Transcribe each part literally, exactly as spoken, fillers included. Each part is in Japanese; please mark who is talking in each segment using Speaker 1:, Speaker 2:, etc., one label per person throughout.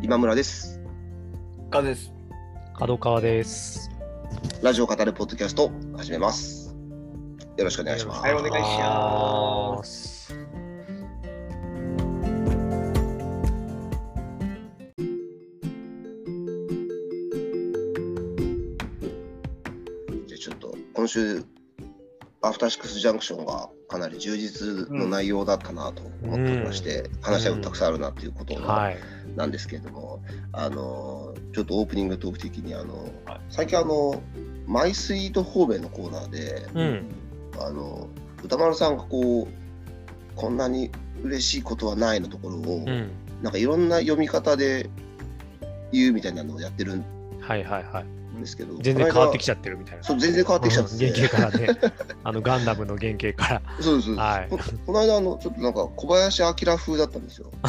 Speaker 1: 今村です。
Speaker 2: かです。
Speaker 3: 角川です。
Speaker 1: ラジオ語るポッドキャスト始めます。よろしくお願いします。
Speaker 2: はい、お願いします。
Speaker 1: じゃあちょっと今週アフターシックスジャンクションがかなり充実の内容だったなと思っておりまして、うん、話し合うたくさんあるなということなんですけれども、うんはい、あのちょっとオープニングトーク的にあの最近あのマイスイート方面のコーナーで、うん、あの歌丸さんがこうこんなに嬉しいことはないのところを、うん、なんかいろんな読み方で言うみたいなのをやってるん
Speaker 3: はいはいはい
Speaker 1: ですけど、
Speaker 3: 全然変わってきちゃってるみたいな。
Speaker 1: そう全然変わってきちゃって、
Speaker 3: うん、原型からねあのガンダムの原型から
Speaker 1: そうです、はい、こ, この間あのちょっとなんか小林明風だったんですよ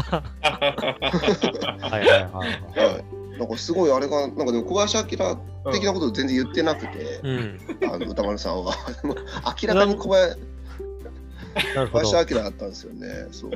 Speaker 1: はいはいはい、はい、なんかすごいあれがなんかでも小林明的なことを全然言ってなくて、うん、あの歌丸さんは明らかに小林小林明だったんですよね。そう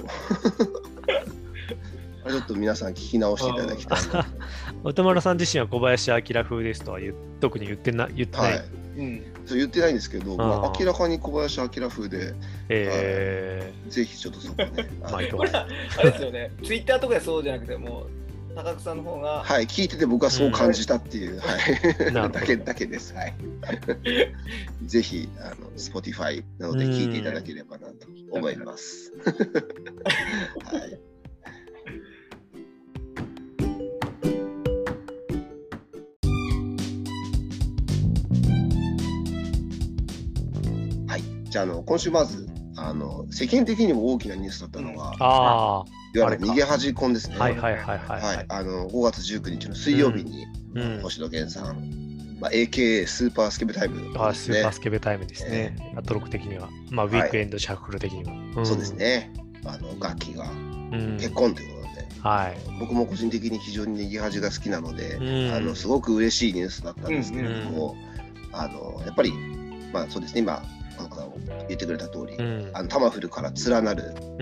Speaker 1: あれちょっと皆さん聞き直していただきたいなと。
Speaker 3: 歌丸さん自身は小林明風ですとは言特に言ってな言ってない、はい
Speaker 1: うん、そう言ってないんですけど、まあ、明らかに小林明風で、えー、ぜひちょっとそこね
Speaker 2: まあ、これはあれですよねツイッターとかでそうじゃなくてもう高久さんの方が
Speaker 1: はい聞いてて僕はそう感じたっていう、うんはい、だけだけです、はい、ぜひあの Spotify などで聞いていただければなと思いますはいじゃあ、あの今週まずあの世間的にも大きなニュースだったのが、
Speaker 3: あ
Speaker 1: いわゆる逃げ恥婚ですね。
Speaker 3: はいはいはいはい、
Speaker 1: はい、あのごがつじゅうくにちの水曜日に、うん、星野源さん、まあ、エーケーエー スーパースケベタイムですね。
Speaker 3: あスーパースケベタイムですね。えー、アトロク的には、まあ、ウィークエンドシャッフル的には。
Speaker 1: はいうん、そうですね。あの楽器が結婚ということで、うんはい、僕も個人的に非常に逃げ恥が好きなので、うん、あのすごく嬉しいニュースだったんですけれども、うん、あのやっぱり、まあそうですね、今、言ってくれた通り、うん、あのタマフルから連なる、うん、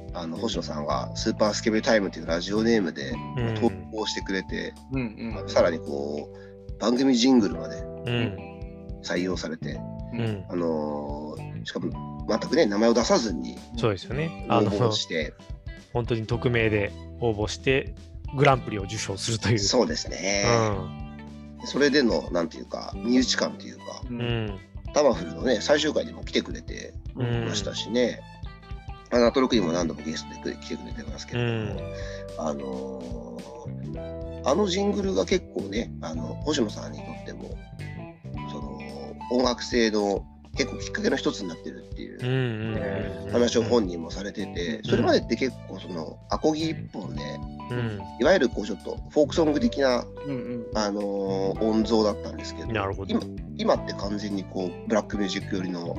Speaker 1: あの星野さんがスーパースケベタイムというラジオネームで投稿してくれて、うんうん、さらにこう番組ジングルまで採用されて、うん、あのー、しかも全くね名前を出さずに
Speaker 3: そうですよね
Speaker 1: 応募して
Speaker 3: 本当に匿名で応募してグランプリを受賞するという
Speaker 1: そうですね、うん、それでのなんていうか身内感というか、うんタマフルのね最終回にも来てくれてましたしね、うん、あのアトロクにも何度もゲストで来てくれてますけれども、うん、あのー、あのジングルが結構ねあの星野さんにとってもその音楽性の結構きっかけの一つになってるっていう話を本人もされてて、それまでって結構そのアコギ一本で、うん、いわゆるこうちょっとフォークソング的な、うんうんあのー、音像だったんですけど、
Speaker 3: なるほど
Speaker 1: 今、今って完全にこうブラックミュージックよりの、うん、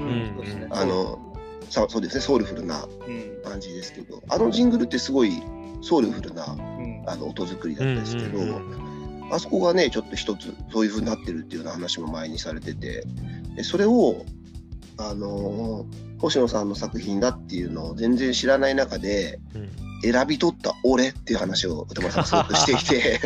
Speaker 1: あのそうそうですねソウルフルな感じですけど、うん、あのジングルってすごいソウルフルな、うん、あの音作りだったんですけど、うんうんうん、あそこがねちょっと一つそういう風になってるっていうような話も前にされてて、でそれをあのー、星野さんの作品だっていうのを全然知らない中で、うん、選び取った俺っていう話を歌丸さんすごくしていて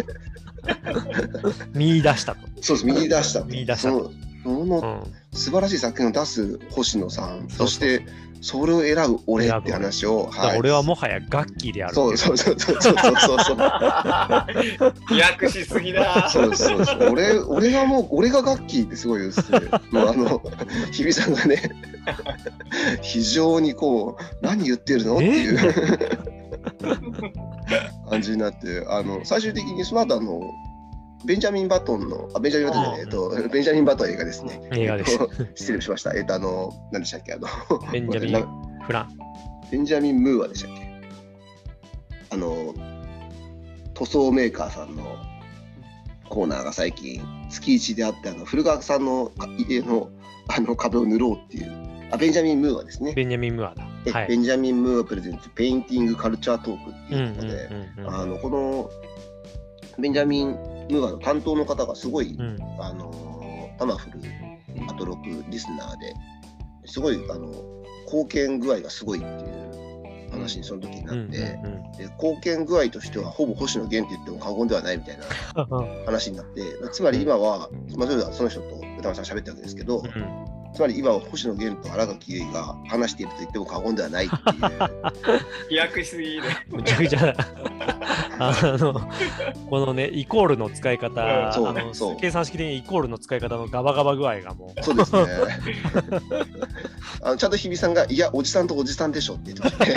Speaker 3: 見出したと
Speaker 1: そうです見出したと
Speaker 3: 見出したと
Speaker 1: その、うん、素晴らしい作品を出す星野さん、そしてそれを選ぶ俺って話を、
Speaker 3: はい、俺はもはや楽器である。
Speaker 1: そうそうそうそうそうそうそう
Speaker 2: 飛躍しすぎだ。
Speaker 1: そうそうそう。俺俺がもう俺が楽器ってすごい言ってて、もうあの日比さんがね非常にこう何言ってるのっていう感じになって、あの最終的にその後あのベンジャミン・バトンのあベンジャミン・バトンじゃないえっとベンジャミン・バトン映画ですね。
Speaker 3: 映画です。
Speaker 1: 失礼しました。えっとあの何でしたっけあの
Speaker 3: ベンジャミン・フラン。
Speaker 1: ベンジャミン・ムーアでしたっけ。あの塗装メーカーさんのコーナーが最近月一であってあの古川さんの家のあの壁を塗ろうっていうあベンジャミン・ムーアですね。
Speaker 3: ベンジャミン・ムーアだ。
Speaker 1: はい、ベンジャミン・ムーアプレゼンツペインティング・カルチャートークっていうことで、あのこのベンジャミン・ムーアの担当の方がすごい、うん、あのタマフルアトロクリスナーですごいあの貢献具合がすごいっていう話話にその時になって、で貢献具合としてはほぼ星野源って言っても過言ではないみたいな話になって、つまり今は、まあ、それはその人と歌丸さん喋ったわけですけど、うん、つまり今は星野源と新垣結衣が話していると言っても過言ではないっていう
Speaker 2: 飛躍しすぎる
Speaker 3: むちゃくちゃあのこのねイコールの使い方、うん、あのそう計算式的にイコールの使い方のガバガバ具合がもう
Speaker 1: そうですねあのちゃんと日比さんがいやおじさんとおじさんでしょって言ってましたね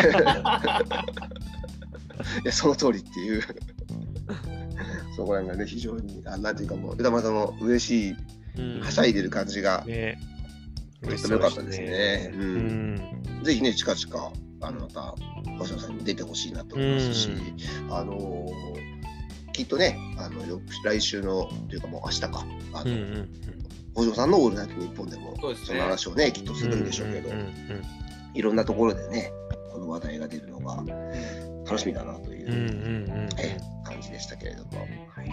Speaker 1: いやその通りっていうそこら辺がね非常にあなんていうかもう歌丸さんも嬉しい、うん、はしゃいでる感じが、ね、とっても良かったですね。うんうん、ぜひね近々あのまた星野さんに出てほしいなと思いますし、うん、あのー、きっとねあの来週のというかもう明日かあの、うんうんうん、星野さんのオールナイトニッポンでもその話をねきっとするんでしょうけど、うんうんうんうん、いろんなところでねこの話題が出るのが楽しみだなという、うんうんうん、え感じでしたけれども。はい、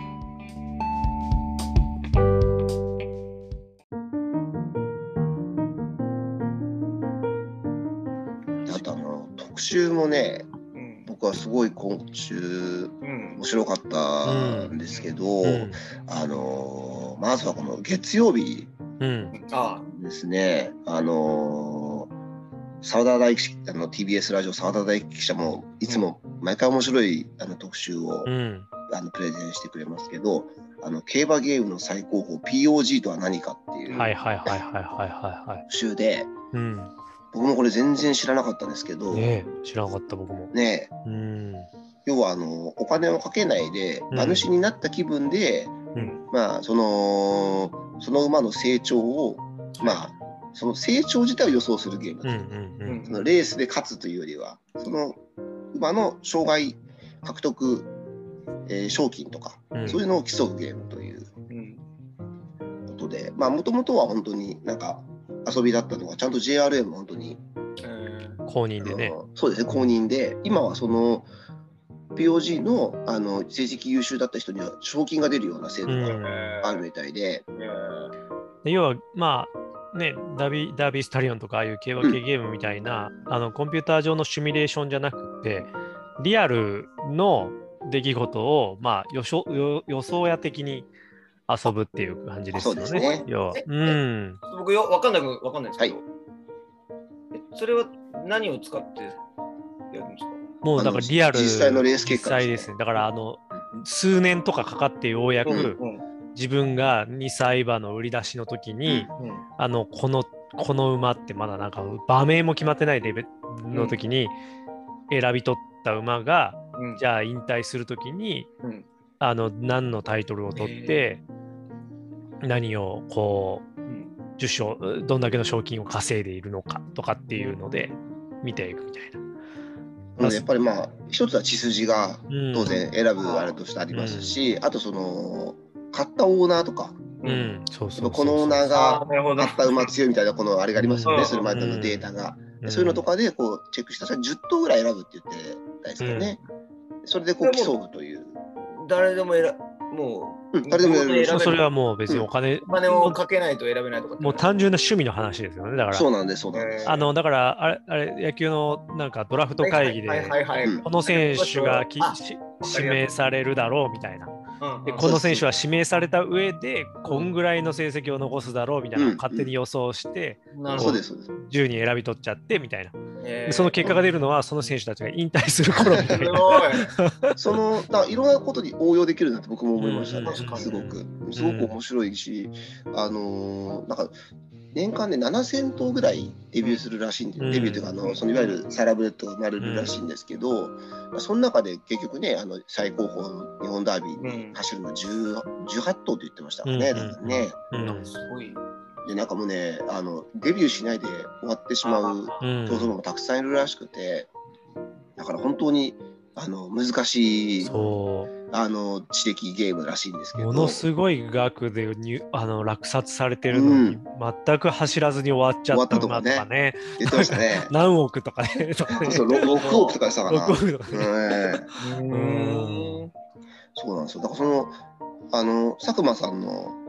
Speaker 1: あとあの特集もね、うん、僕はすごい今週、うん、面白かったんですけど、うん、あのまずはこの月曜日ですね、うん、あの澤田大樹あの ティービーエス ラジオ澤田大樹記者もいつも毎回面白いあの特集を、うん、あのプレゼンしてくれますけど、あの競馬ゲームの最高峰 ピーオージー とは何かっていう特集で、うん、僕もこれ全然知らなかったんですけど、
Speaker 3: ね、知らなかった僕も
Speaker 1: ね、うん、要はあのお金をかけないで馬主になった気分で、うん、まあそのその馬の成長をまあその成長自体を予想するゲームだと、うんうんうん、そのレースで勝つというよりはその馬の障害獲得、えー、賞金とか、うん、そういうのを競うゲームということで、まあもともとは本当になんか遊びだったのがちゃんと ジェイアールエー も本当に、
Speaker 3: えー、公認でね、
Speaker 1: そうですね公認で今はその ピーオージー の, あの成績優秀だった人には賞金が出るような制度があるみたいで、うん
Speaker 3: えー、要はまあね、ダービー、ダービースタリオンとかああいう競馬系ゲームみたいな、うん、あのコンピューター上のシミュレーションじゃなくてリアルの出来事を、まあ、予想、予想屋的に遊ぶっていう感じですよね。そうですね。要はうん、
Speaker 2: 僕よ分かんない分かんないですけど、はい、それは何を使ってやるんですか？
Speaker 3: もうだからリアル
Speaker 1: 実際のレース結果
Speaker 3: ですね。実際ですね。だからあの数年とかかかってようやく、うんうん、自分がにさい馬の売り出しの時に、うんうん、あのこのこの馬ってまだなんか馬名も決まってないレベルの時に選び取った馬が、うん、じゃあ引退する時に、うん、あの何のタイトルを取って何をこう、うん、受賞どんだけの賞金を稼いでいるのかとかっていうので見ていくみたいな。
Speaker 1: やっぱりまあ一つは血筋が当然選ぶあれとしてありますし、うん、あとその買ったオーナーとか、うん、そうそうそうそうこのオーナーが買った馬強いみたいなこのあれがありますよね、それまでのデータが、うん、そういうのとかでこうチェックしたらじゅっ頭ぐらい選ぶって言ってたですからね、うん、それでこう競うという
Speaker 2: 誰でも選もう、
Speaker 1: うん、誰でも選べる。
Speaker 3: それはもう別にお金、うん、
Speaker 2: お金をかけないと選べないとか
Speaker 3: もう単純な趣味の話ですよね。だから
Speaker 1: そうなんですそうなんです。
Speaker 3: あのだからあれあれ野球のなんかドラフト会議でこの選手がき指名されるだろうみたいな。でこの選手は指名された上でこんぐらいの成績を残すだろうみたいなのを勝手に予想して、
Speaker 1: うんうん、そうです
Speaker 3: じゅうにん選び取っちゃってみたいな、えー、その結果が出るのはその選手たちが引退する頃みたいな
Speaker 1: そのだいろんなことに応用できるなって僕も思いましたね、うん、すごくすごく面白いし、うん、あのー、なんか年間でななせん頭ぐらいデビューするらしいんで、うん、デビューというかあのそのいわゆるサラブレッドが生まれるらしいんですけど、うん、その中で結局ねあの最高峰の日本ダービーに走るのじゅうはち頭って言ってましたからね、うん、だからね、
Speaker 2: うんうん、すごい
Speaker 1: でなんかもうねあのデビューしないで終わってしまう競争もたくさんいるらしくて、だから本当にあの難しい
Speaker 3: そう
Speaker 1: あの知的ゲームらしいんですけど、
Speaker 3: ものすごい額でにあの落札されてるのに、うん、全く走らずに終わっちゃった馬とかね、
Speaker 1: 言ってましたね
Speaker 3: 何億とかねとかね
Speaker 1: そうろくおくとかしたかな、
Speaker 3: ろくおくとかね、
Speaker 1: うん、そうなんですよ。だからそのあの佐久間さんの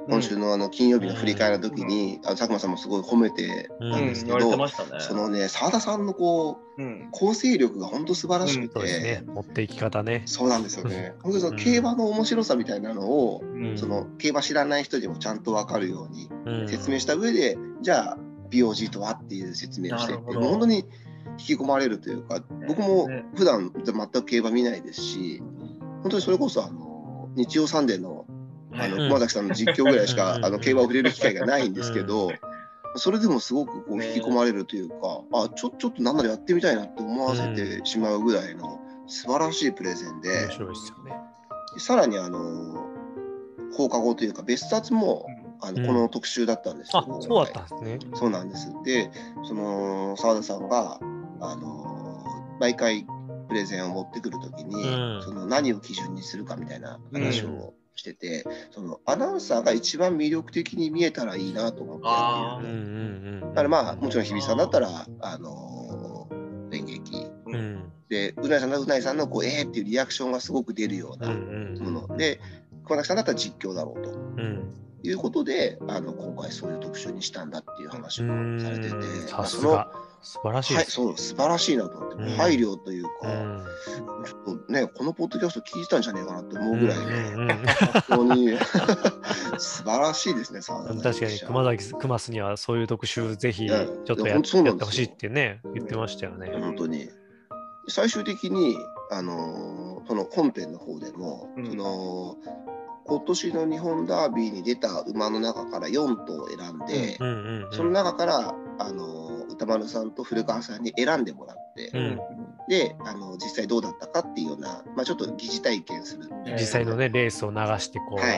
Speaker 1: 今週のあの金曜日の振り返りの時に、うん、あの佐久間さんもすごい褒めてたんですけど、うんね、そのね澤田さんのこう、うん、構成力が本当素晴らしくて、うん、
Speaker 3: そうですね、持っていき方ね。
Speaker 1: そうなんですよね。本当にその競馬の面白さみたいなのを、うん、その競馬知らない人でもちゃんと分かるように説明した上で、うん、じゃあ ビーオージー とはっていう説明をしてって、もう本当に引き込まれるというか、僕も普段全く競馬見ないですし、本当にそれこそあの日曜サンデーのあの熊崎さんの実況ぐらいしかあの競馬を触れる機会がないんですけど、それでもすごくこう引き込まれるというか、あちょちょっとなんならやってみたいなって思わせてしまうぐらいの素晴らしいプレゼンで、
Speaker 3: 面白いですよね。
Speaker 1: さらにあの放課後というか別冊もあのこの特集だったんですけど、
Speaker 3: うん、あそうだったんですね。
Speaker 1: そうなんです。で、その澤田さんがあの毎回プレゼンを持ってくるときに、うん、その何を基準にするかみたいな話をしてて、うん、そのアナウンサーが一番魅力的に見えたらいいなと思ってやっている。だからまあもちろん日比さんだったらあの演劇、うん、でうないさんのうないさんのこうえーっていうリアクションがすごく出るようなもので、熊崎さんだったら実況だろうと。うんいうことであの今回そういう特集にしたんだっていう話もされてて、
Speaker 3: さすが素晴らしいです、
Speaker 1: はい、そう素晴らしいなと思って、うん、配慮というか、うん、ちょっとねこのポッドキャスト聞いてたんじゃねえかなって思うぐらいね、うんうん、本当に素晴らしいですね。
Speaker 3: 確かに熊崎熊須にはそういう特集ぜひちょっと や, やってほしいってね言ってましたよね。
Speaker 1: 本当に最終的にあのその本編の方でも、うん、その今年の日本ダービーに出た馬の中からよん頭選んで、うんうんうん、その中からあの歌丸さんと古川さんに選んでもらって、うん、であの実際どうだったかっていうような、まあ、ちょっと疑似体験する
Speaker 3: 実際のねレースを流してこう、はい、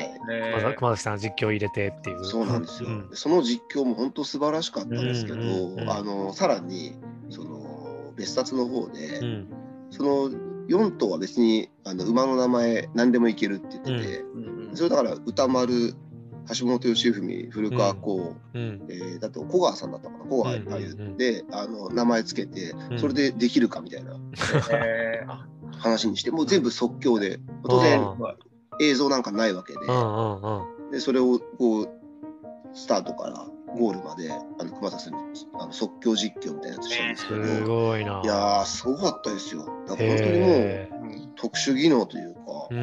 Speaker 3: 熊崎さんの実況を入れてっていう。
Speaker 1: そうなんですよ、うん、その実況も本当素晴らしかったですけど、うんうんうん、あのさらにその別冊の方で、うん、そのよん頭は別にあの馬の名前何でもいけるって言ってて、うんうん、それだから歌丸、橋本良文、古川光、うんうんえー、だと小川さんだったかな、小川あゆで、あの名前つけてそれでできるかみたいな、うん、話にしてもう全部即興で当然映像なんかないわけで、でそれをこうスタートからゴールまであの熊崎さんにあの即興実況みたいなやつしたんですけど、
Speaker 3: すごいな。
Speaker 1: いやーすごかったですよ。だから本当にもう特殊技能というか、うん、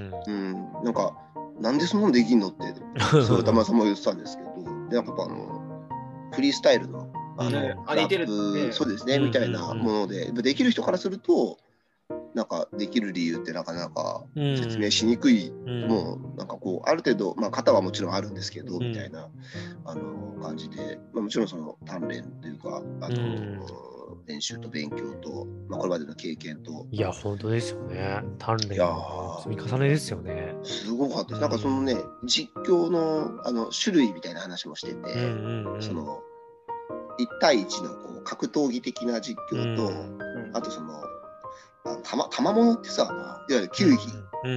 Speaker 1: うん、なんかなんでそんなのできんのってそう歌丸さんも言ってたんですけど、でなんかあのフリースタイルのあの、ね、ラップ、ね、そうですね、うん、みたいなもので、できる人からするとなんかできる理由ってなかなか説明しにくい、うん、もうなんかこうある程度、まあ、型はもちろんあるんですけど、うん、みたいなあの感じで、まあ、もちろんその鍛錬というかあの、うん、練習と勉強と、まあ、これまでの経験と、
Speaker 3: いや本当ですよね、鍛錬の積み重ねですよね。
Speaker 1: すごかったです。なんかそのね実況 の, あの種類みたいな話もしてて、うんうんうん、そのいち対いちのこう格闘技的な実況と、うん、あとそのたま、たまものってさ、いわゆる球技。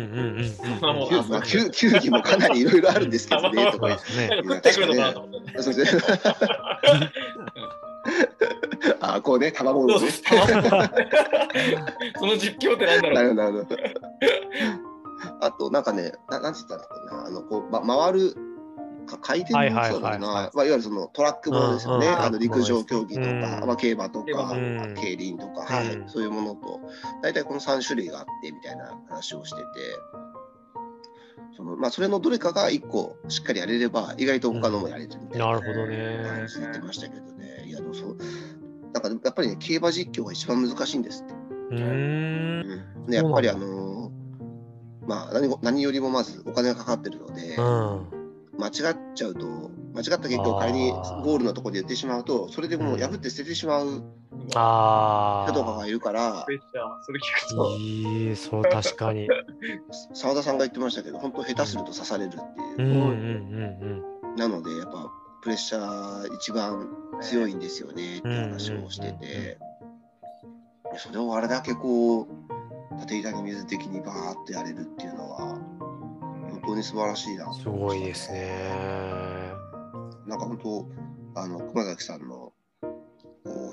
Speaker 1: 球技もかなりいろいろあるんですけどね、とか。そうですね。あ、こうね、たまものね。
Speaker 2: その実況ってなんだろう。
Speaker 1: なるほど、なるほど。あと、なんかね、ななんつったんだろうな、あの、こう、ま、回る。回転のそうだな、まあ、いわゆるそのトラックものですよね、うんうん、あの陸上競技とか、うんまあ、競馬とか、うん、競輪とか、はい、うん、そういうものと大体このさん種類があってみたいな話をしてて、その、まあ、それのどれかがいっこしっかりやれれば意外と他のもやれるみたいな感じで言ってましたけどね。いやでもそうなんかやっぱりね競馬実況が一番難しいんですって。うーん、うん、でやっぱりあのまあ 何, 何よりもまずお金がかかってるので、うん間違っちゃうと間違った結果を仮にゴールのところで言ってしまうとそれでもう破って捨ててしまう人とかがいるから、
Speaker 2: それ聞くと
Speaker 3: いいそう確かに
Speaker 1: 澤田さんが言ってましたけど本当下手すると刺されるっていう、うんうんうんうん、なのでやっぱプレッシャー一番強いんですよねって話をしてて、それをあれだけこう縦板に水的にバーッとやれるっていうのは本当に素晴らしいな、
Speaker 3: すごいですね。
Speaker 1: なんか本当あの熊崎さんのこう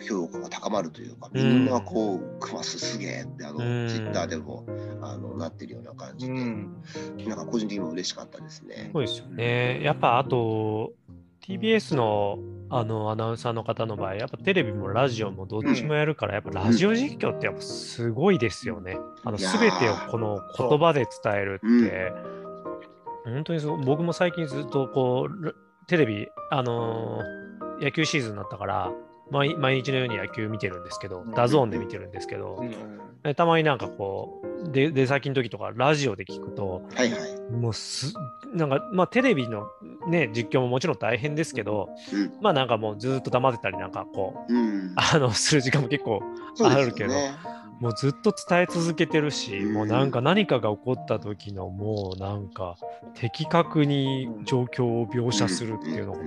Speaker 1: 評価が高まるというか、みんなこうクマスすげえってあの、うん、ツイッターでもあのなってるような感じで、うん、なんか個人的にも嬉しかったですね。
Speaker 3: そうですよね。やっぱあと ティービーエス のあのアナウンサーの方の場合、やっぱテレビもラジオもどっちもやるから、やっぱラジオ実況ってやっぱすごいですよね。あの全てをこの言葉で伝えるって、うん、本当にそう。僕も最近ずっとこうテレビ、あのー、野球シーズンになったから毎、毎日のように野球見てるんですけど、うん、ダゾーンで見てるんですけど、うん、たまになんかこう出出先の時とかラジオで聞くと、
Speaker 1: はいはい、
Speaker 3: もうすなんかまあテレビのね実況ももちろん大変ですけど、うん、まあなんかもうずっと黙ってたりなんかこう、うん、あのする時間も結構あるけど、ね、もうずっと伝え続けてるし、うん、もうなんか何かが起こった時のもうなんか的確に状況を描写するっていうのが、うん、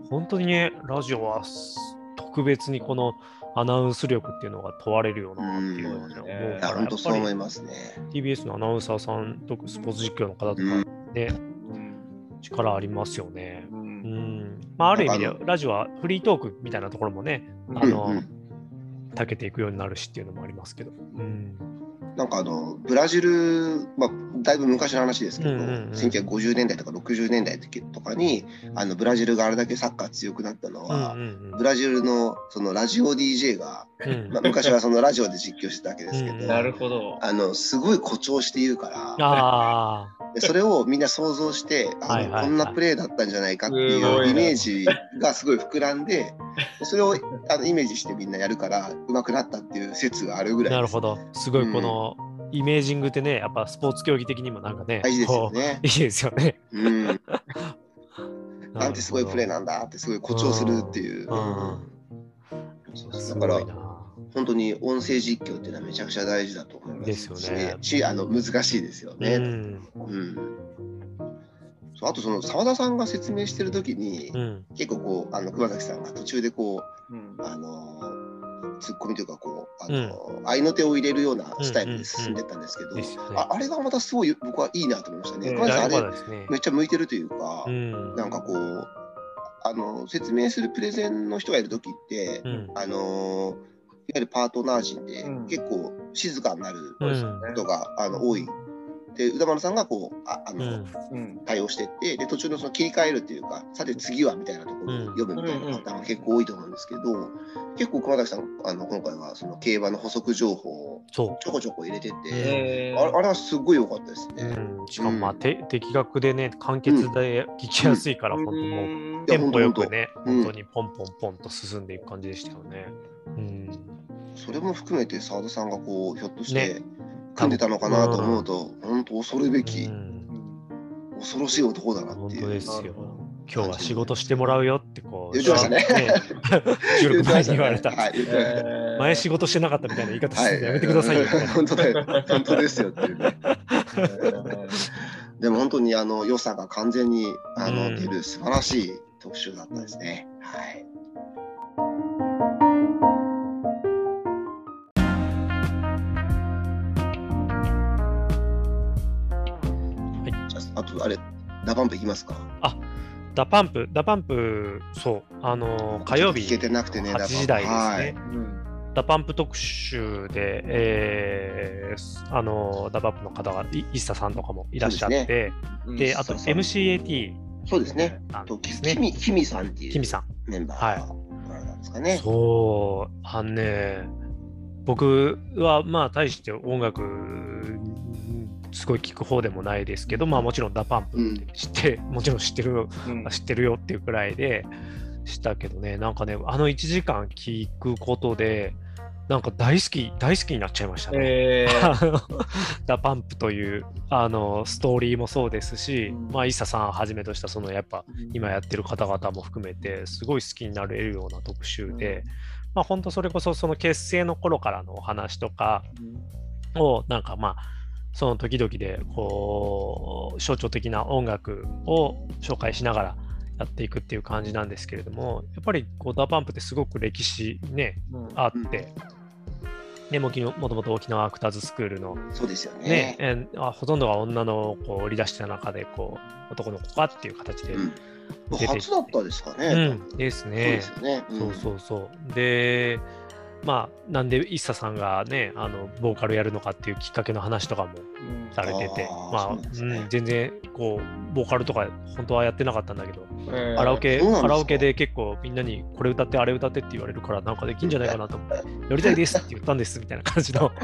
Speaker 3: 本当にねラジオは特別にこのアナウンス力っていうのが問われるよなっていうのはね、思うから、
Speaker 1: 本当そう思いますね。
Speaker 3: ティービーエス のアナウンサーさんとスポーツ実況の方とかね、うん、力ありますよね。うんうんまあ、ある意味でラジオはフリートークみたいなところもね、あの、うんうん、長けていくようになるしっていうのもありますけど。うん
Speaker 1: なんかあのブラジル、まあ、だいぶ昔の話ですけど、うんうんうん、せんきゅうひゃくごじゅうねんだいとかろくじゅうねんだいとかにあのブラジルがあれだけサッカー強くなったのは、うんうんうん、ブラジルのそのラジオ ディージェー が、うんまあ、昔はそのラジオで実況してたわけですけど、うん、
Speaker 2: なるほど
Speaker 1: あのすごい誇張して言うからあでそれをみんな想像してあの、はいはいはい、こんなプレーだったんじゃないかっていうイメージがすごい膨らんでそれをあのイメージしてみんなやるから上手くなったっていう説があるぐらいです。
Speaker 3: なるほど。すごいこの、うん、イメージングってねやっぱスポーツ競技的にもなんかね
Speaker 1: 大事ですよね。
Speaker 3: いいですよね。
Speaker 1: うん、なんてすごいプレーなんだってすごい誇張するっていう。うんうん、そうだから本当に音声実況っていうのはめちゃくちゃ大事だと思います
Speaker 3: ですよね。
Speaker 1: しあの難しいですよね。うんうんあとその澤田さんが説明してる時に、うん、結構こうあの熊崎さんが途中でこう、うん、あのツッコミというかこうあの、うん、合いの手を入れるようなスタイルで進んでったんですけど、うんうんうん、あ, あれがまたすごい僕はいいなと思いましたね。熊崎さんあれ、ね、めっちゃ向いてるというか、うん、なんかこうあの説明するプレゼンの人がいる時って、うん、あのいわゆるパートナー陣で結構静かになることが、うん、あの多い。で宇田丸さんがこう あ, あの、うん、対応していってで途中のその切り替えるっていうかさて次はみたいなところを読むみたいなパターンが結構多いと思うんですけど、うんうん、結構熊崎さんあの今回はその競馬の補足情報をちょこちょこ入れててあ れ, あれはすごい良かったですね、
Speaker 3: うん、しかも、まあうん、的確でね簡潔で聞きやすいから、うん、本当もうテンポよくね本当にポンポンポンと進んでいく感じでしたよね、うん、
Speaker 1: それも含めて澤田さんがこうひょっとして、ね組んでたのかなと思うと、うん、本当恐るべき、うん、恐ろしい男だなっていう。
Speaker 3: 本当ですよ。今日は仕事してもらうよってこう
Speaker 1: 言ってましたね。
Speaker 3: 収録前に言われた。はい、えー、前仕事してなかったみたいな言い方して、はい、やめてくださいよ。
Speaker 1: 本当だよ。本当ですよっていうね。でも本当にあの良さが完全にあの、うん、出る素晴らしい特集だったですね。はい。あとあれダパンプいきますか。
Speaker 3: あ、ダパンプ、ダパンプ、そう、あのー、火曜日
Speaker 1: 聞けてなくてね、
Speaker 3: はちじ台ですね。はい、うん、ダパンプ特集で、えー、あのー、ダパンプの方がイッサさんとかもいらっしゃって、で、ね、あと エムシーエーティー、
Speaker 1: そうですね。とキミキミさんっていう
Speaker 3: キミさん
Speaker 1: メンバーからなんですかね。
Speaker 3: そう、あのね、僕はまあ大して音楽すごい聞く方でもないですけど、まあもちろんダパンプって知って、うん、もちろん知ってる、うん、知ってるよっていうくらいでしたけどね、なんかね、あのいちじかん聞くことで、なんか大好き、大好きになっちゃいましたね。えー、ダパンプというあのストーリーもそうですし、うん、まあイッサさんをはじめとしたそのやっぱ今やってる方々も含めて、すごい好きになれるような特集で、うん、まあ本当それこそその結成の頃からのお話とかを、なんかまあ、その時々でこう象徴的な音楽を紹介しながらやっていくっていう感じなんですけれども、やっぱりこうダパンプってすごく歴史ね、うん、あって、ね、もともと沖縄アクターズスクールの、
Speaker 1: そうですよね、
Speaker 3: ね、えあほとんどが女の子を売り出した中でこう男の子かっていう形で、うん、 出て
Speaker 1: 初だったですかね。
Speaker 3: うん、ですね。
Speaker 1: そうですよね。
Speaker 3: うん、そうそうそう。で、まあ、なんでＩＳＳＡさんがね、あのボーカルやるのかっていうきっかけの話とかもされてて、うん、まあ、うね、うん、全然こうボーカルとか本当はやってなかったんだけど、えー、カラオケカラオケで結構みんなにこれ歌ってあれ歌ってって言われるからなんかできんじゃないかなと思ってやりたいですって言ったんですみたいな感じの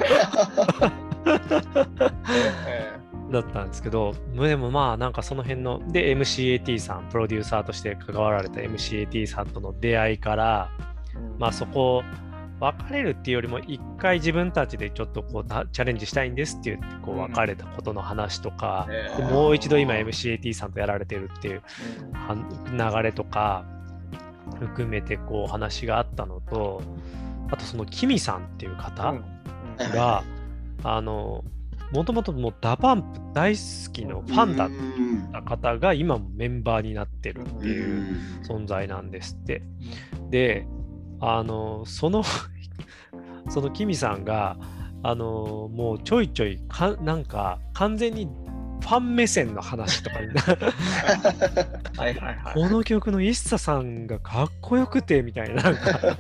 Speaker 3: だったんですけど、でもまあなんかその辺ので エムシーエーティー さんプロデューサーとして関わられた エムシーエーティー さんとの出会いから、まあそこ別れるっていうよりも一回自分たちでちょっとこうチャレンジしたいんですって言ってこう別れたことの話とか、うん、でもう一度今 エムシーエーティー さんとやられてるっていう流れとか含めてこう話があったのと、あとそのキミさんっていう方が、うん、あのもともともうダパンプ大好きのファンだった方が今もメンバーになってるっていう存在なんですって。であのそのそのキミさんがあのもうちょいちょいかなんか完全にファン目線の話とかになはいはい、はい、この曲のＩＳＳＡさんがかっこよくてみたいななんかみたい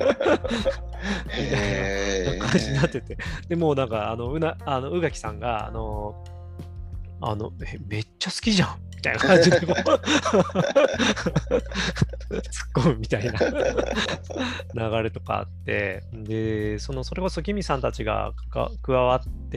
Speaker 3: な感じになってて、でもうなんかあのうなあの宇垣さんがあのあのえめっちゃ好きじゃんみたいな感じで突っ込むみたいな流れとかあって、でそのそれこそキミさんたちが加わって、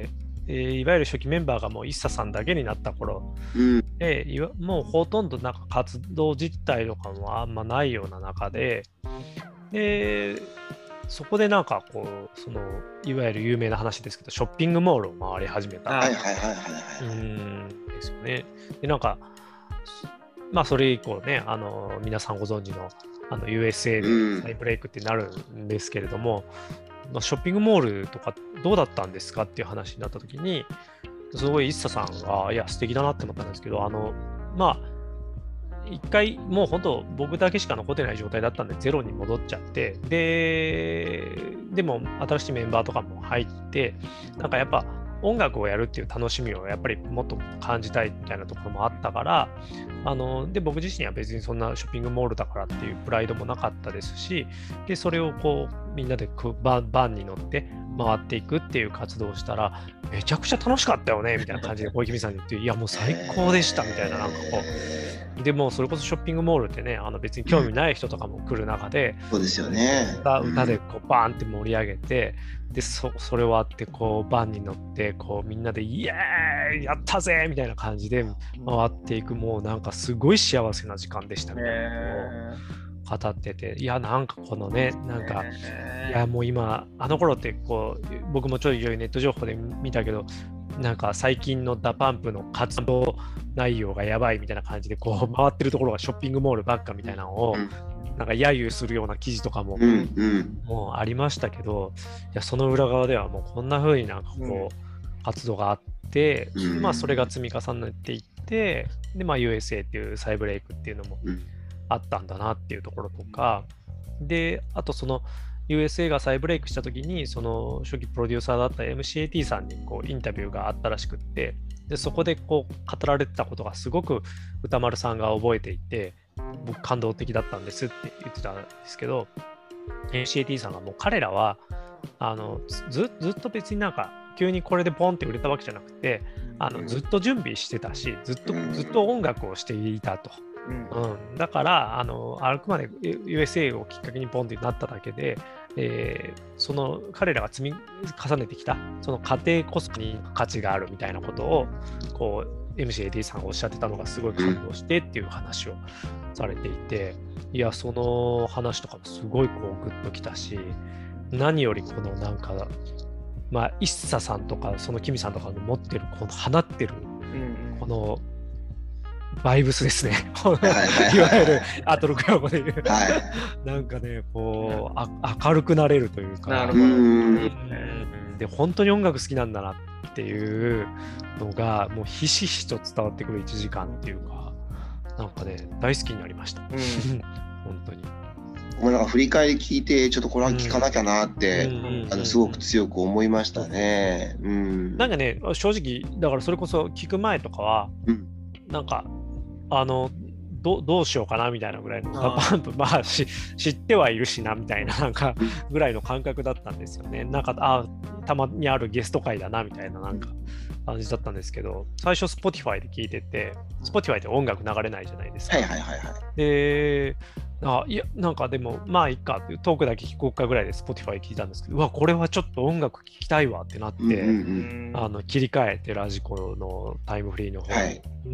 Speaker 3: えー、いわゆる初期メンバーがもうＩＳＳＡさんだけになった頃、うん、でいわもうほとんどなんか活動実態とかもあんまないような中で、でそこでなんかこうそのいわゆる有名な話ですけどショッピングモールを回り始めた。
Speaker 1: はいはいはいはいはい。
Speaker 3: うんですよね。でなんかまあそれ以降ね、あの皆さんご存知のあの ユーエスエー で再ブレイクってなるんですけれども、うんまあ、ショッピングモールとかどうだったんですかっていう話になった時に、すごいＩＳＳＡさんがいや素敵だなって思ったんですけど、あのまあ一回もう本当僕だけしか残ってない状態だったんでゼロに戻っちゃって、ででも新しいメンバーとかも入って、なんかやっぱ音楽をやるっていう楽しみをやっぱりもっと感じたいみたいなところもあったから、あので僕自身は別にそんなショッピングモールだからっていうプライドもなかったですし、でそれをこうみんなでバン、バンに乗って回っていくっていう活動をしたらめちゃくちゃ楽しかったよねみたいな感じで小池さんに言って、いやもう最高でしたみたいな、なんかこうでもそれこそショッピングモールってね、あの別に興味ない人とかも来る中で、
Speaker 1: うん、そうですよね。
Speaker 3: 歌、歌でこうバーンって盛り上げて、で そ, それ終わってこうバンに乗ってこうみんなでイエーイやったぜみたいな感じで回っていく、もうなんかすごい幸せな時間でしたみたいなのを語ってて、いやなんかこのねなんかいやもう今あの頃ってこう僕もちょいちょいネット情報で見たけど、なんか最近のダパンプの活動内容がやばいみたいな感じでこう回ってるところがショッピングモールばっかみたいなのを、うん、なんか揶揄するような記事とかも、うんうん、もうありましたけど、いやその裏側ではもうこんな風になんかこう、うん、活動があって、うん、まあそれが積み重ねていって、でまあ ユーエスエー っていう再ブレイクっていうのもあったんだなっていうところとか、であとそのユーエスエー が再ブレイクしたときに、その初期プロデューサーだった エムシーエーティー さんにこうインタビューがあったらしくって、でそこでこう語られてたことがすごく歌丸さんが覚えていて、僕感動的だったんですって言ってたんですけど、 エムシーエーティー さんがもう彼らはあの ず, ずっと別になんか急にこれでポンって売れたわけじゃなくて、あのずっと準備してたし、ずっとずっと音楽をしていたと。うんうん、だからあのあくまで ユーエスエー をきっかけにポンってなっただけで、えー、その彼らが積み重ねてきたその過程こそに価値があるみたいなことをこう エムシーエーティー さんがおっしゃってたのがすごい感動してっていう話をされていて、いやその話とかもすごいこうグッときたし、何よりこのなんかまあ ＩＳＳＡ さんとかそのキミさんとかの持ってるこの放ってるこのバイブスですね。いわゆるアトロク用語で言う、はい、なんかねこうあ明るくなれるというか、なるほど、うん、で本当に音楽好きなんだなっていうのがもうひしひしと伝わってくるいちじかんっていうか、なんかね大好きになりました、うん、本当に。
Speaker 1: もうなんか振り返り聞いてちょっとこれは聞かなきゃなって、うん、あのすごく強く思いましたね、うん、
Speaker 3: なんかね正直だからそれこそ聞く前とかは、うん、なんかあのどどうしようかなみたいなぐらいのダパンプ、まあし知ってはいるしなみたいななんかぐらいの感覚だったんですよね。なんかあたまにあるゲスト会だなみたいななんか感じだったんですけど、最初 Spotify で聞いてて、Spotify って音楽流れないじゃないですか。
Speaker 1: はいはいはいはい。
Speaker 3: で、あいやなんかでもまあいいかっていうトークだけ聞こうかぐらいで Spotify 聞いたんですけど、うわこれはちょっと音楽聴きたいわってなって、うんうんうん、あの切り替えてラジコのタイムフリーの方に、はい、うん、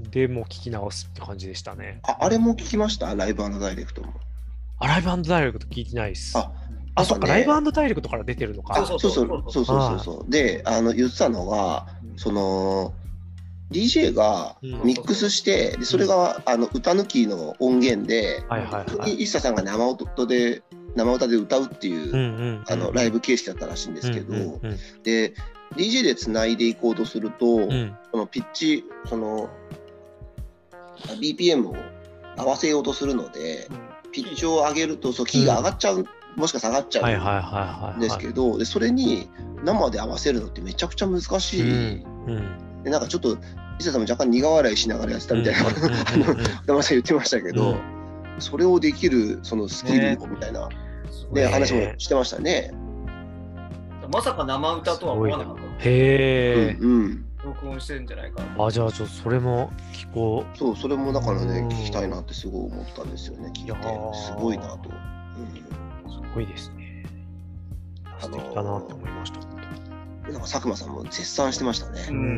Speaker 3: でもう聞き直すって感じでしたね。
Speaker 1: あ, あれも聞きました？ライブ&ダイレクトも。
Speaker 3: あ、ライブ&ダイレクト聞いてないです。ああ、そっか、ライブ&ダイレクトから出てるのか。
Speaker 1: そうそうそうそうそうそう。で、あの言ってたのが、その ディージェー がミックスして、でそれがあの歌抜きの音源で、一茶さんが生音で生歌で歌うっていう、うんうん、あのライブ形式だったらしいんですけど、うんうんうん、で ディージェー でつないでいこうとすると、うん、そのピッチその ビーピーエム を合わせようとするので、ピッチを上げるとそうキーが上がっちゃう、うん、もしくは下がっちゃうんですけど、でそれに生で合わせるのってめちゃくちゃ難しい。うんうんでなんかちょっと伊勢さんも若干苦笑いしながらやってたみたいな山さん言ってましたけど、うん、それをできるそのスキルみたいな、ねね、話もしてましたね。
Speaker 2: まさか生歌とは思わなかった。
Speaker 3: へー、
Speaker 2: うんうん、録音してるんじゃないかな。
Speaker 3: あ、じゃあちょっとそれも聞こう。
Speaker 1: そう、それもだからね聞きたいなってすごい思ったんですよね。聞いてすごいなと、
Speaker 3: うん、すごいですね。素敵だなって思いました。
Speaker 1: なんか佐久間さんも絶賛してましたね。うんうん、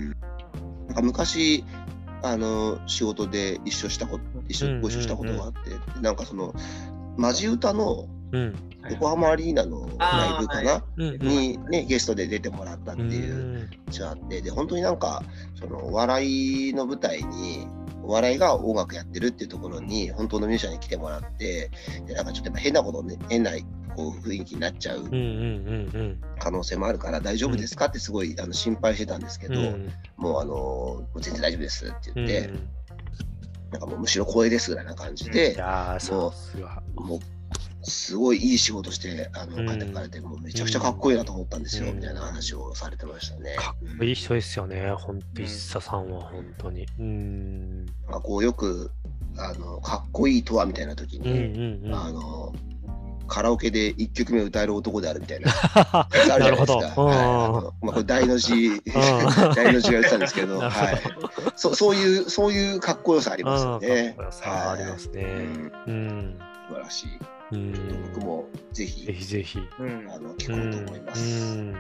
Speaker 1: なんか昔あの仕事で一緒したこと一緒ご一緒したことがあって、うんうん、なんかそのマジ歌の横浜アリーナのライブかな、うん、にねゲストで出てもらったっていうのがあって、で本当になんかそのお笑いの舞台にお笑いが音楽やってるっていうところに本当のミュージシャンに来てもらって、でなんかちょっとやっぱ変なことね変なこう雰囲気になっちゃう可能性もあるから大丈夫ですかってすごいあの心配してたんですけど、うん、もうあのもう全然大丈夫ですって言って、うん、なんかもうむしろ光栄ですぐらいな感じで、うん、もうもうすごいいい仕事してあの帰ってかれて、もうめちゃくちゃかっこいいなと思ったんですよ、うん、みたいな話をされてましたね。
Speaker 3: かっこいい人ですよね、本当一茶さんは本当に。うん、
Speaker 1: なんかこうよくあのかっこいいとはみたいな時に、うんうんうん、あのカラオケでいっきょくめ歌える男であるみたいなあるじゃないですか。はい、あのまあ、これ大の字大の字が言ってたんですけど、はい、そ, そういうそういうかっこよさありますよね。
Speaker 3: かっこよさありますね。うん、
Speaker 1: 素晴らしい。うん、僕もぜひ
Speaker 3: ぜひぜひ、
Speaker 1: うん、あの聞こうと思います。うんうん、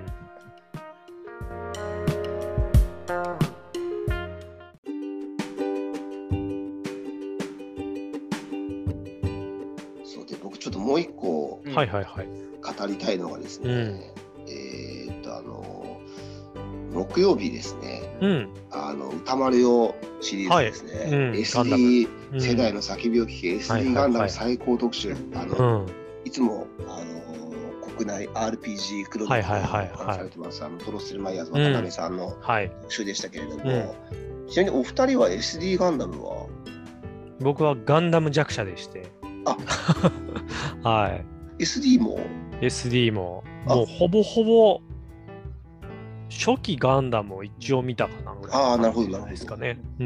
Speaker 1: そうで僕ちょっともう一個、
Speaker 3: はいはいはい、
Speaker 1: 語りたいのがですね、うん、えー、っとあの木曜日ですね、うん、あの歌丸よシリーズですね、はい、うん、エスディー 世代の叫びを聞け、うん、エスディー ガンダム最高特集、はいはいはい、あの、うん、いつもあの国内 アールピージー クロニクルをされてます、はいはいはいはい、あのトロッセルマイヤーズ渡辺さんの特集でしたけれども、うんはい、ちなみにお二人は エスディー ガンダムは？
Speaker 3: 僕はガンダム弱者でして、あはい、
Speaker 1: エスディー も
Speaker 3: エスディー ももうほぼほぼ初期ガンダムを一応見たかなぐらいの感じじゃないですかね。うん。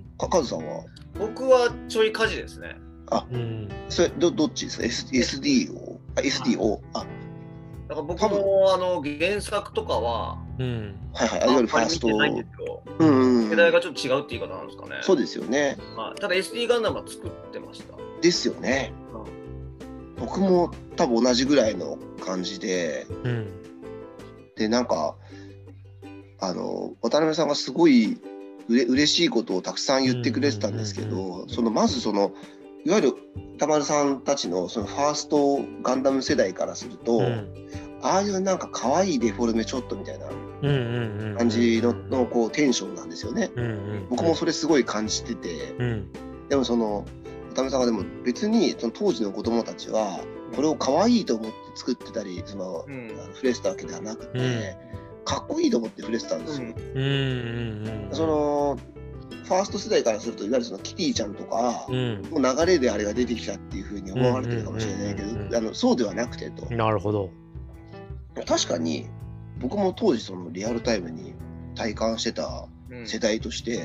Speaker 1: かカズさんは？
Speaker 2: 僕はちょい火事ですね。
Speaker 1: あ、うん、それ ど, どっちですか？ エスディー を？あ、エスディー を？あ、
Speaker 2: だから僕もあの原作とかは、
Speaker 1: うん、はいはい、いわゆるファースト、
Speaker 2: うんうん、世代がちょっと違うって言い方なんですかね。
Speaker 1: そうですよね。
Speaker 2: まあ、ただ エスディー ガンダムは作ってました。
Speaker 1: ですよね。うん、僕も多分同じぐらいの感じで、うん、でなんかあの渡辺さんがすごいうれ嬉しいことをたくさん言ってくれてたんですけど、そのまずそのいわゆる歌丸さんたちのそのファーストガンダム世代からすると、うん、ああいうなんか可愛いデフォルメちょっとみたいな感じ の, のこうテンションなんですよね、うんうんうん、僕もそれすごい感じてて、うん、でもその渡辺さんがでも別にその当時の子供たちはこれを可愛いと思って作ってたりその、うん、触れてたわけではなくて、うん、かっこいいと思って触れてたんですよ、うんうんうんうん、そのファースト世代からするといわゆるそのキティちゃんとか、うん、もう流れであれが出てきたっていうふうに思われてるかもしれないけど、あのそうではなくてと。
Speaker 3: なるほど。
Speaker 1: 確かに僕も当時そのリアルタイムに体感してた世代として、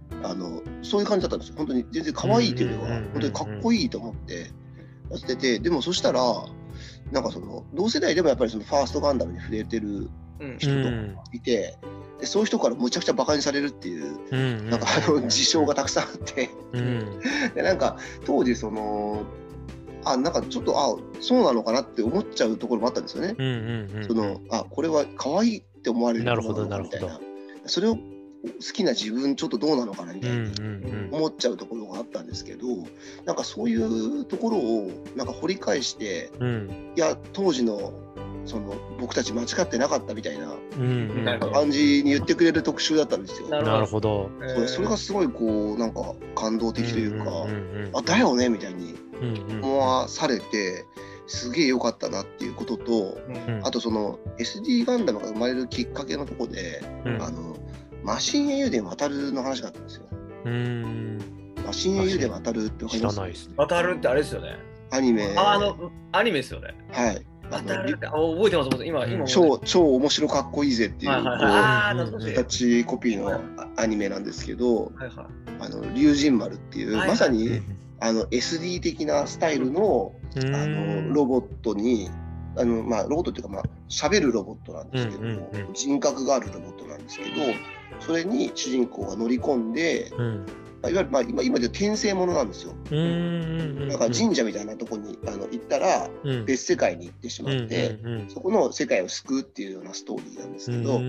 Speaker 1: あのそういう感じだったんですよ。本当に全然可愛いというよりは本当にかっこいいと思ってやってて、でもそしたらなんかその同世代でもやっぱりそのファーストガンダムに触れてる人とかいて、でそういう人からむちゃくちゃバカにされるっていう、うん、なんかあの事象がたくさんあって、うん、でなんか当時そのあなんかちょっとあそうなのかなって思っちゃうところもあったんですよね。そのあこれは可愛いって思われるのかなみたいな、それを好きな自分ちょっとどうなのかなみたいに思っちゃうところがあったんですけど、なんかそういうところをなんか掘り返して、うん、いや当時のその僕たち間違ってなかったみたいな感じに言ってくれる特集だったんですよ。
Speaker 3: なるほど。
Speaker 1: それ、それがすごいこうなんか感動的というか、あだよねみたいに思わされてすげえ良かったなっていうことと、うん、あとその エスディー ガンダムが生まれるきっかけのところで、うん、あのマシン英雄伝渡るの話があったんですよ。うーんマシン英雄伝渡るってわかります？知らないですね。
Speaker 2: 渡るってあれですよね。
Speaker 1: アニメ。
Speaker 2: あ、あのアニメですよね。
Speaker 1: はい。
Speaker 2: 渡るって覚えてます。今今
Speaker 1: 超超面白かっこいいぜっていうキャッチコピーのアニメなんですけど、はいはい、あの龍神丸っていう、はいはい、まさにあの エスディー 的なスタイルの、あのロボットにあの、まあ、ロボットっていうか、まあ、喋るロボットなんですけど、うんうんうん、人格があるロボットなんですけど、それに主人公が乗り込んで、うん、いわゆる、まあ、今, 今でいう転生ものなんですよ。うんうんうん、だから神社みたいなとこにあの行ったら、うん、別世界に行ってしまって、うんうんうん、そこの世界を救うっていうようなストーリーなんですけど、うん、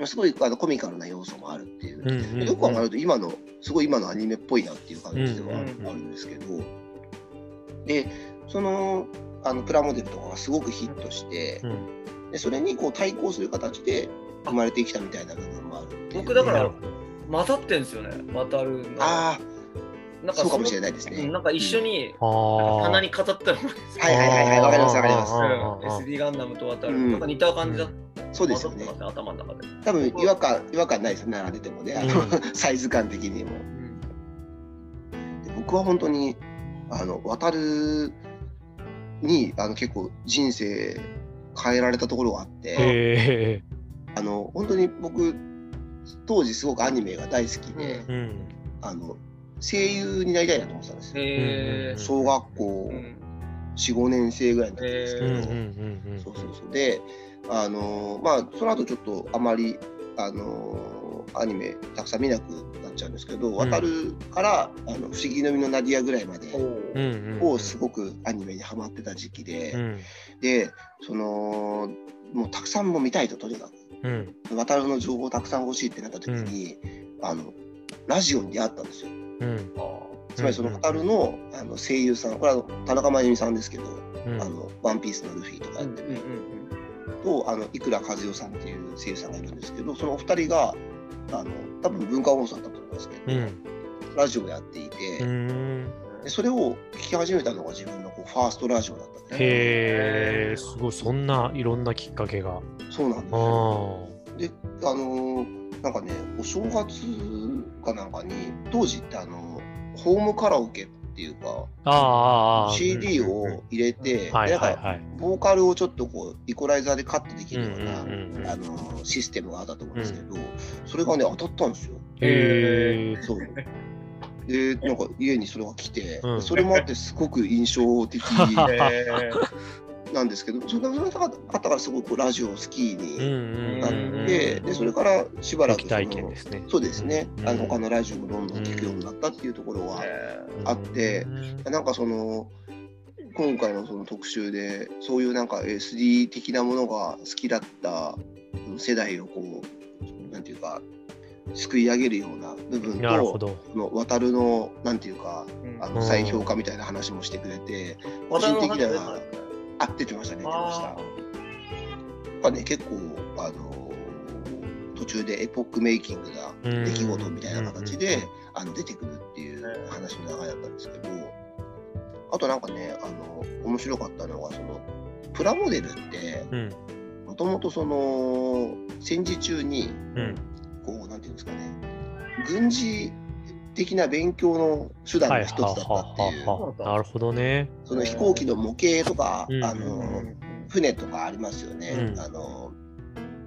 Speaker 1: すごいあのコミカルな要素もあるっていう、うんうんうん、よく考えると今のすごい今のアニメっぽいなっていう感じではあるんですけど、うんうんうん、でそのあのプラモデルとかがすごくヒットして、うん、でそれにこう対抗する形で生まれてきたみたいな部分もあるっていう。
Speaker 2: 僕だから混ざってんですよね、渡るの。
Speaker 1: ああ、そうかもしれないですね。
Speaker 2: なんか一緒に鼻に飾ったのもです
Speaker 1: はいはいはいはい、わかりますわかります。
Speaker 2: エスディー ガンダムと渡る、なんか似た感じだった。
Speaker 1: そうですよね。
Speaker 2: 頭の中で。
Speaker 1: 多分違和感違和感ないですね、並んでてもね、あのサイズ感的にも。僕は本当にあの渡るにあの結構人生変えられたところがあって、あの本当に僕当時すごくアニメが大好きで、うん、あの声優になりたいなと思ってたんですよ。へー、小学校 よん,ご 年生ぐらいだったんですけど、そうそうそうで、あのまあその後ちょっとあまりあのアニメたくさん見なくなっちゃうんですけど、うん、渡るからあの不思議の実のナディアぐらいまでをすごくアニメにハマってた時期で、うん、でそのもうたくさんも見たいととにかく、うん、渡るの情報をたくさん欲しいってなった時に、うん、あのラジオに出会ったんですよ。うん、つまりその渡る の, あの声優さん、これは田中真由美さんですけど、うん、あのワンピースのルフィとかやってる、うんうんうん、とあの生倉和代さんっていう声優さんがいるんですけど、そのお二人があの多分文化放送だったと思いますけど、うん、ラジオをやっていて、うん、でそれを聞き始めたのが自分のこうファーストラジオだったんです。
Speaker 3: へー、すごい、そんないろんなきっかけが。
Speaker 1: そうなんですよ。で、あのなんかね、お正月かなんかに当時ってあのホームカラオケっていうか、あ シーディー を入れて、なんかボーカルをちょっとこうイコライザーでカットできるような、うんうんうん、あのシステムがあったと思うんですけど、うん、それがね当たったんですよ。へー。そうでなんか家にそれが来て、うん、それもあってすごく印象的なんですけど、それがあったからすごくラジオを好きになって、でそれからしばらくその体験ですね。そうですね、うん、あの他のラジオもどんどん聞くようになったっていうところはあって、うん、なんかその今回のその特集でそういうなんか エスディー 的なものが好きだった世代をこうなんていうかすくい上げるような部分と、の渡るのなんていうか、うん、あの再評価みたいな話もしてくれて、個人的にはあ出てましたね、出てました。やっぱね結構あの途中でエポックメイキングな出来事みたいな形で、うん、あの出てくるっていう話の流れだったんですけど、あとなんかねあの面白かったのがそのプラモデルってもともとその戦時中に、うんこうなんていうんですかね、軍事的な勉強の手段の一つだったっていう。
Speaker 3: なるほどね。
Speaker 1: その飛行機の模型とか、うん、あの船とかありますよね。うん、あの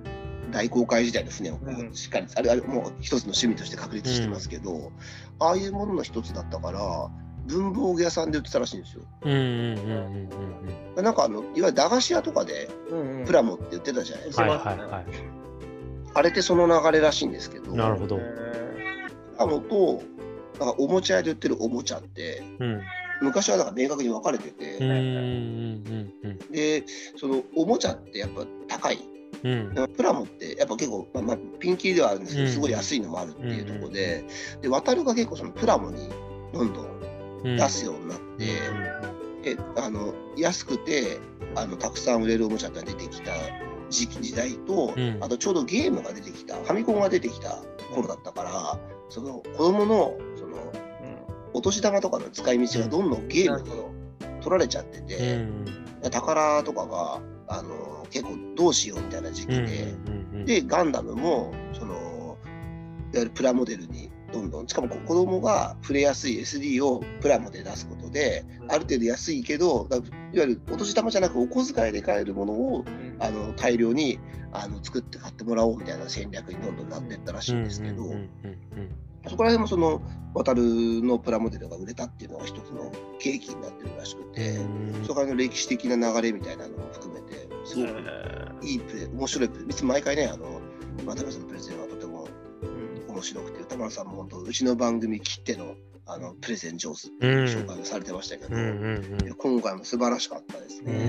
Speaker 1: 大航海時代の船をこうしっかり、うん、あれあれもう一つの趣味として確立してますけど、うん、ああいうものの一つだったから文房具屋さんで売ってたらしいんですよ。なんかあのいわゆる駄菓子屋とかでプラモって売ってたじゃないですか。あれってその流れらしいんですけど。
Speaker 3: なるほど。プ
Speaker 1: ラモとなんかおもちゃ屋で売ってるおもちゃって、うん、昔はなんか明確に分かれてて、うんうんうん、でそのおもちゃってやっぱ高い。うん、プラモってやっぱ結構、まあまあ、ピンキリではあるんですけど、すごい安いのもあるっていうところで、うん、で渡るが結構そのプラモにどんどん出すようになって、うん、であの安くてあのたくさん売れるおもちゃが出てきた時期時代と、うん、あとちょうどゲームが出てきたファミコンが出てきた頃だったからその子供のその、うん、お年玉とかの使い道がどんどんゲームに取られちゃってて、うん、宝とかがあの結構どうしようみたいな時期で、うんうんうん、でガンダムもそのいわゆるプラモデルにどんどんしかも子供が触れやすい エスディー をプラモで出すことで、うん、ある程度安いけどいわゆるお年玉じゃなくお小遣いで買えるものを、うん、あの大量にあの作って買ってもらおうみたいな戦略にどんどんなっていったらしいんですけど、そこら辺もその渡るのプラモデルが売れたっていうのが一つの契機になってるらしくて、うん、そこからの歴史的な流れみたいなのも含めてすごくいいプレー面白いプレー、いつも毎回ねあの渡るさんのプレゼンはとても面白くて、歌丸さんも本当うちの番組きってのあのプレゼン上手っていう紹介をされてましたけど、うんうんうん、今回も素晴らしかったですね、うん、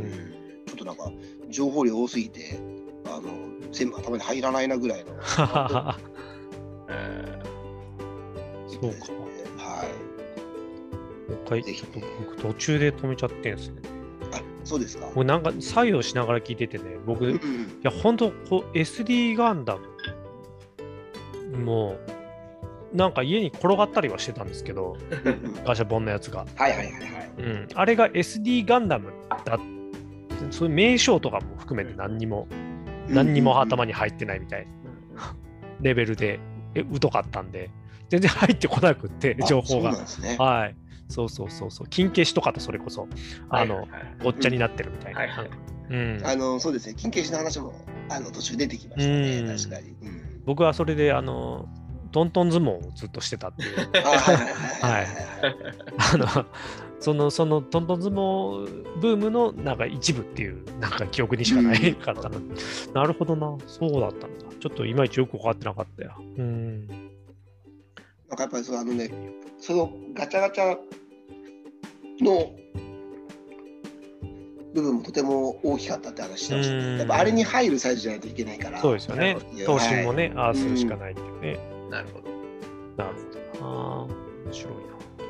Speaker 1: ちょっとなんか情報量多すぎてあの全部頭に入らないなぐらいの
Speaker 3: えー、そうか、
Speaker 1: はい、
Speaker 3: もう一回ちょっと僕途中で止めちゃってんですね。
Speaker 1: あ、そうですか。
Speaker 3: 僕なんか作業しながら聞いててね、僕、うんうん、いや本当こう エスディー ガンダムもうなんか家に転がったりはしてたんですけどガシャポンのやつが、
Speaker 1: はいはいはいはい、
Speaker 3: うん、あれが エスディー ガンダムだ、そういう名称とかも含めて何にも、うん、何にも頭に入ってないみたいなレベルでえ疎かったんで全然入ってこなくって情報が、
Speaker 1: ね、
Speaker 3: はい、そうそうそうそう、金消しとかとそれこそあの、はいはいはい、ごっちゃになってるみたいな、うんはいはい、うん、
Speaker 1: あのそうですね、金消しの話もあの途中出てきましたね、うん、確かに、うん、
Speaker 3: 僕はそれであのトントン相撲をずっとしてたっていうはいあのそのそのトントン相撲ブームのなんか一部っていうなんか記憶にしかないかったの、うん、なるほどな、そうだったんだ、ちょっといまいちよく分かってなかったよ、うん、
Speaker 1: なんかやっぱりそのあのね、そのガチャガチャの部分もとても大きかったって話してましたね。やっぱあれに入るサイズじゃないといけないから。
Speaker 3: そうですよね。投資もね、はい、ああするしかないっていうね。
Speaker 2: うん、なるほど。
Speaker 3: なるほど。ああ、面白いな。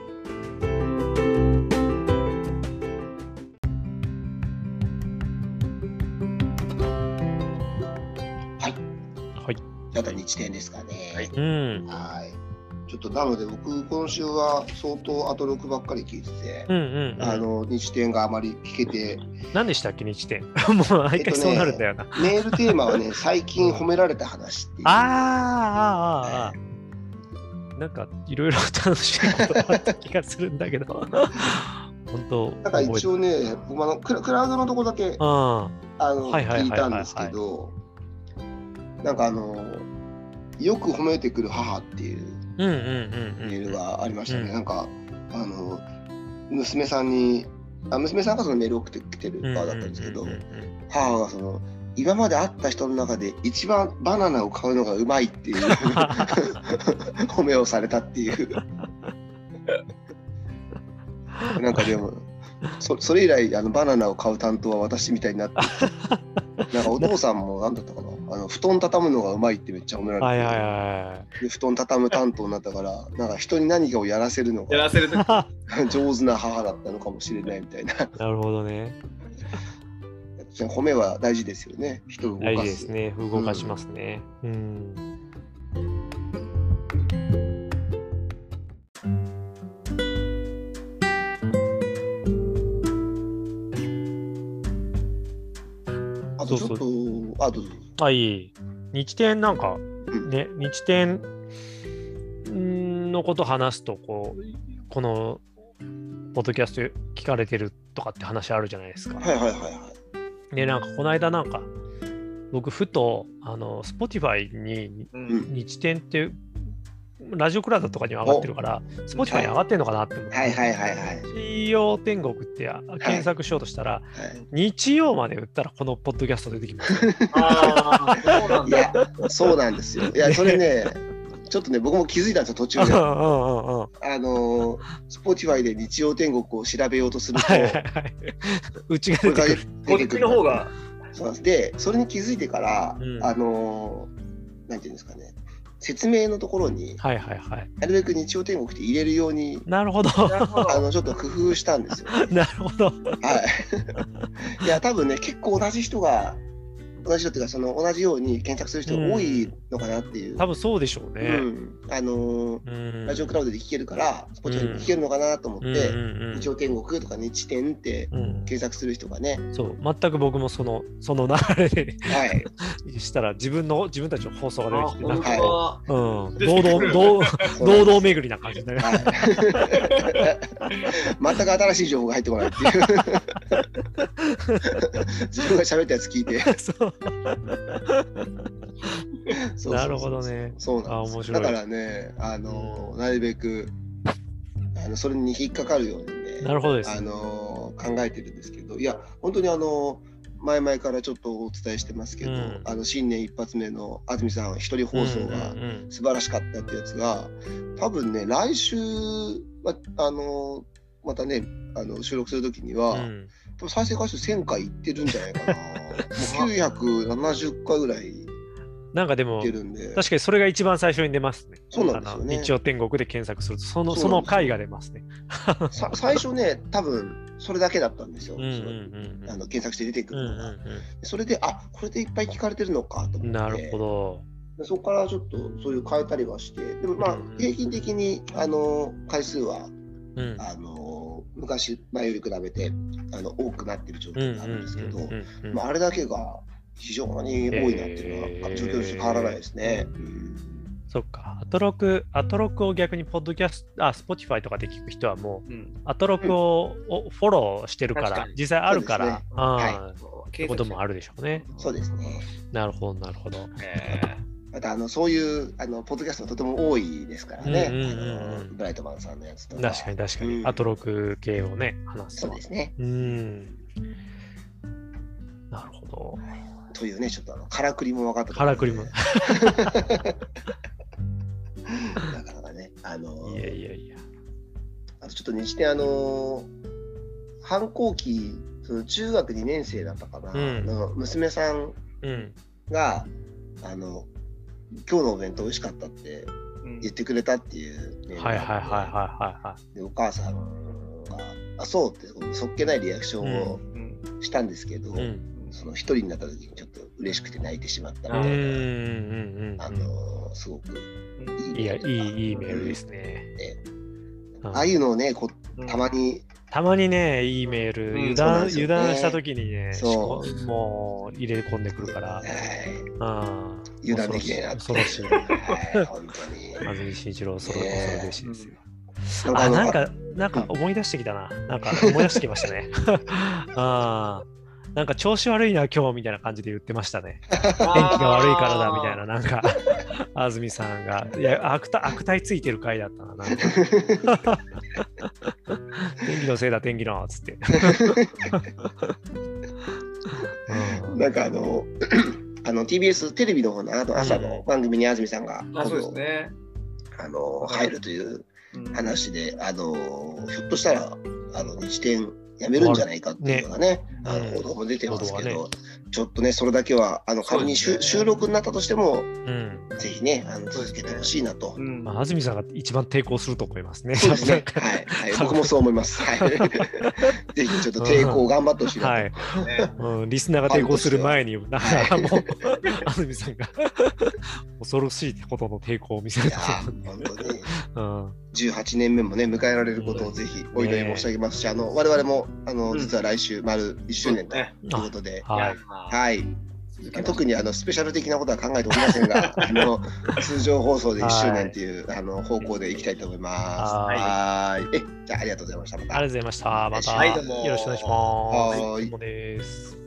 Speaker 1: はい。
Speaker 3: はい。
Speaker 1: じゃあ日展ですかね。
Speaker 3: はい。うん。
Speaker 1: はい。ちょっとなので僕今週は相当アトロクばっかり聞いてて、うんうんうん、あの日展があまり聞けて、
Speaker 3: 何でしたっけ日展もう毎回そうなるんだよな、
Speaker 1: えっとね、メールテーマはね最近褒められた話っていう、
Speaker 3: あーあーあー、なんかいろいろ楽しいことがあった気がするんだけど本当
Speaker 1: なんか一応ね僕あのクラ、クラウドのとこだけあの聞いたんですけど、なんかあのよく褒めてくる母っていうメールがありましたね、うん、なんかあの娘さんにあ娘さんがそのメールを送ってきてる側だったんですけど、母がその今まで会った人の中で一番バナナを買うのがうまいっていう褒めをされたっていうなんかでも そ, それ以来あのバナナを買う担当は私みたいになってなんかお父さんも何だったかな、あの布団畳むのがうまいってめっちゃ褒められて、はいはいはい、で布団畳む担当になったからなんか人に何かをやらせるのが上手な母だったのかもしれないみたいな
Speaker 3: なるほどね
Speaker 1: 褒めは大事ですよね、人を動かす、
Speaker 3: 大事ですね、動かしますね、うん、うん
Speaker 1: あとちょっと、あ、どうぞ。
Speaker 3: あ、いい。日展なんか、ね、うん、日展のこと話すと、こう、この、ポッドキャスト聞かれてるとかって話あるじゃないですか。
Speaker 1: はいはいはいはい。
Speaker 3: で、なんか、この間なんか、 僕ふとあの Spotify に日天ってラジオクラウドとかには上がってるから、Spotify に上がってるのかなって思って、
Speaker 1: はいはいはいはい。
Speaker 3: 日曜天国って検索しようとしたら、はいはい、日曜まで打ったらこのポッドキャスト出てきます。
Speaker 1: ああ、そうなんだ。いや、そうなんですよ。いや、それね、ちょっとね、僕も気づいたんですよ、途中で。あのー、Spotify で日曜天国を調べようとすると、
Speaker 3: うちが出てくる。
Speaker 2: こっちの方が。
Speaker 1: そうなんです。で、それに気づいてから、うん、あのー、なんていうんですかね、説明のところに、
Speaker 3: はいはいはい、
Speaker 1: なるべく日曜天国って入れるように、
Speaker 3: なるほど。
Speaker 1: あのちょっと工夫したんですよ、ね。
Speaker 3: なるほど。はい。
Speaker 1: いや、多分ね、結構同じ人が、同じ人っていうかその同じように検索する人が多いのかなっていう、
Speaker 3: うん、多分そうでしょうね、うん、
Speaker 1: あのーうん、ラジオクラウドで聞けるからスポーツで聞けるのかなと思って、うん、日曜天国とか日天って検索する人がね、
Speaker 3: うん、そう全く僕もそのその流れで、はい、したら自分の自分たちの放送が出てきてなんか、はいうん、堂々堂堂々巡りな感じで、ねはい、
Speaker 1: 全く新しい情報が入ってこないっていう自分が喋ったやつ聞いてそう
Speaker 3: そうなるほどね。
Speaker 1: そうなんです。面白い。だからね、あの、うん、なるべくあのそれに引っかかるようにね、
Speaker 3: なるほどです、
Speaker 1: あの考えてるんですけど、いや本当にあの前々からちょっとお伝えしてますけど、うん、あの新年一発目の安住さん一人放送が素晴らしかったってやつが、多分ね来週はあのまたねあの収録するときには。うん再生回数せんかいいってるんじゃないかな。もうきゅうひゃくななじゅっかいぐらい
Speaker 3: なんかでも確かにそれが一番最初に出ますね。
Speaker 1: そうなんですよね。
Speaker 3: 日曜天国で検索するとそのその回が出ますね。
Speaker 1: さ最初ね多分それだけだったんですよ。あの検索して出てくるのが、うんうんうん、それであこれでいっぱい聞かれてるのかと思って。
Speaker 3: なるほど。
Speaker 1: そこからちょっとそういう変えたりはして、でもまあ平均的にあの回数は、うん、あの昔前より比べてあの多くなっている状況があるんですけど、あれだけが非常に多いなっていうのは、えー、状況として変わらないですね。うん、
Speaker 3: そっか、アトロク、アトロクを逆にポッドキャスト、あ、Spotify とかで聞く人はもう、うん、アトロクを、うん、フォローしてるから、か実際あるから、うん、はい、ってこともあるでしょうね。
Speaker 1: そうですね。
Speaker 3: なるほど、なるほど。
Speaker 1: えーまたあのそういうあのポッドキャストがとても多いですからね、うんうんうん、あのブライトマンさんのやつとか
Speaker 3: 確かに確かに、うん、アトロク系をね話す
Speaker 1: とそうですね、
Speaker 3: うん、なるほど
Speaker 1: というねちょっとあのからくりも分かったと
Speaker 3: ころで、ね、からくりも
Speaker 1: なかなかねあの
Speaker 3: いやいやいや
Speaker 1: あとちょっとにしてあの反抗期その中学にねん生だったかな、うん、の娘さんが、うん、あの今日のお弁当美味しかったって言ってくれたっていうメールがあって、はいはいはいはいはいでお母さんがあそうってそっけないリアクションをしたんですけど、うん、その一人になった時にちょっと嬉しくて泣いてしまったみたいな、うん、あのすごく
Speaker 3: いいいやいいいいメールですね。
Speaker 1: ねああいうのをねこたまに、
Speaker 3: たまにねいいメール、うん、油断、ね、油断した時にねそうもう入れ込んでくるから、はい、あ
Speaker 1: 油断できないなって
Speaker 3: 恐ろしい、はい、本当に安住紳一郎それこそ嬉しいですよ、うん、あなんかなんか思い出してきたな、うん、なんか思い出してきましたねあなんか調子悪いな今日みたいな感じで言ってましたね天気が悪いからだみたいななんか安住さんがいや悪態悪態ついてる回だったななんか天気のせいだ天気のつって
Speaker 1: なんかあのあの ティービーエス テレビの方のあの朝の番組に安住さんが、うん、
Speaker 2: あそうですね、
Speaker 1: あの入るという話で、うん、あのひょっとしたらあの日天やめるんじゃないかっていうようなね、ねあの報道も出てますけど、ね、ちょっとねそれだけはあの仮に、ね、収録になったとしても、うん、ぜひねあの続けてほしいなと、
Speaker 3: うん、まあ、安住さんが一番抵抗すると思いますね。
Speaker 1: そうですねはい、はい、僕もそう思います、はい、ぜひちょっと抵抗頑張ってほしいなと、はい
Speaker 3: うん、リスナーが抵抗する前にだからもう安住さんが恐ろしいほどの抵抗を見せると
Speaker 1: 本当に、うん、じゅうはちねんめもね迎えられることをぜひお祈り申し上げますし、ね、あの我々もあの、うん、実は来週丸いっしゅうねんということで、うん、はい、はい、特にあのスペシャル的なことは考えておりませんがあの通常放送でいっしゅうねんという、はい、あの方向でいきたいと思います。はい、えじゃあありがとうございました。また
Speaker 3: ありがとうございました。また、はい、よろしくお願いします。はい、どうもです。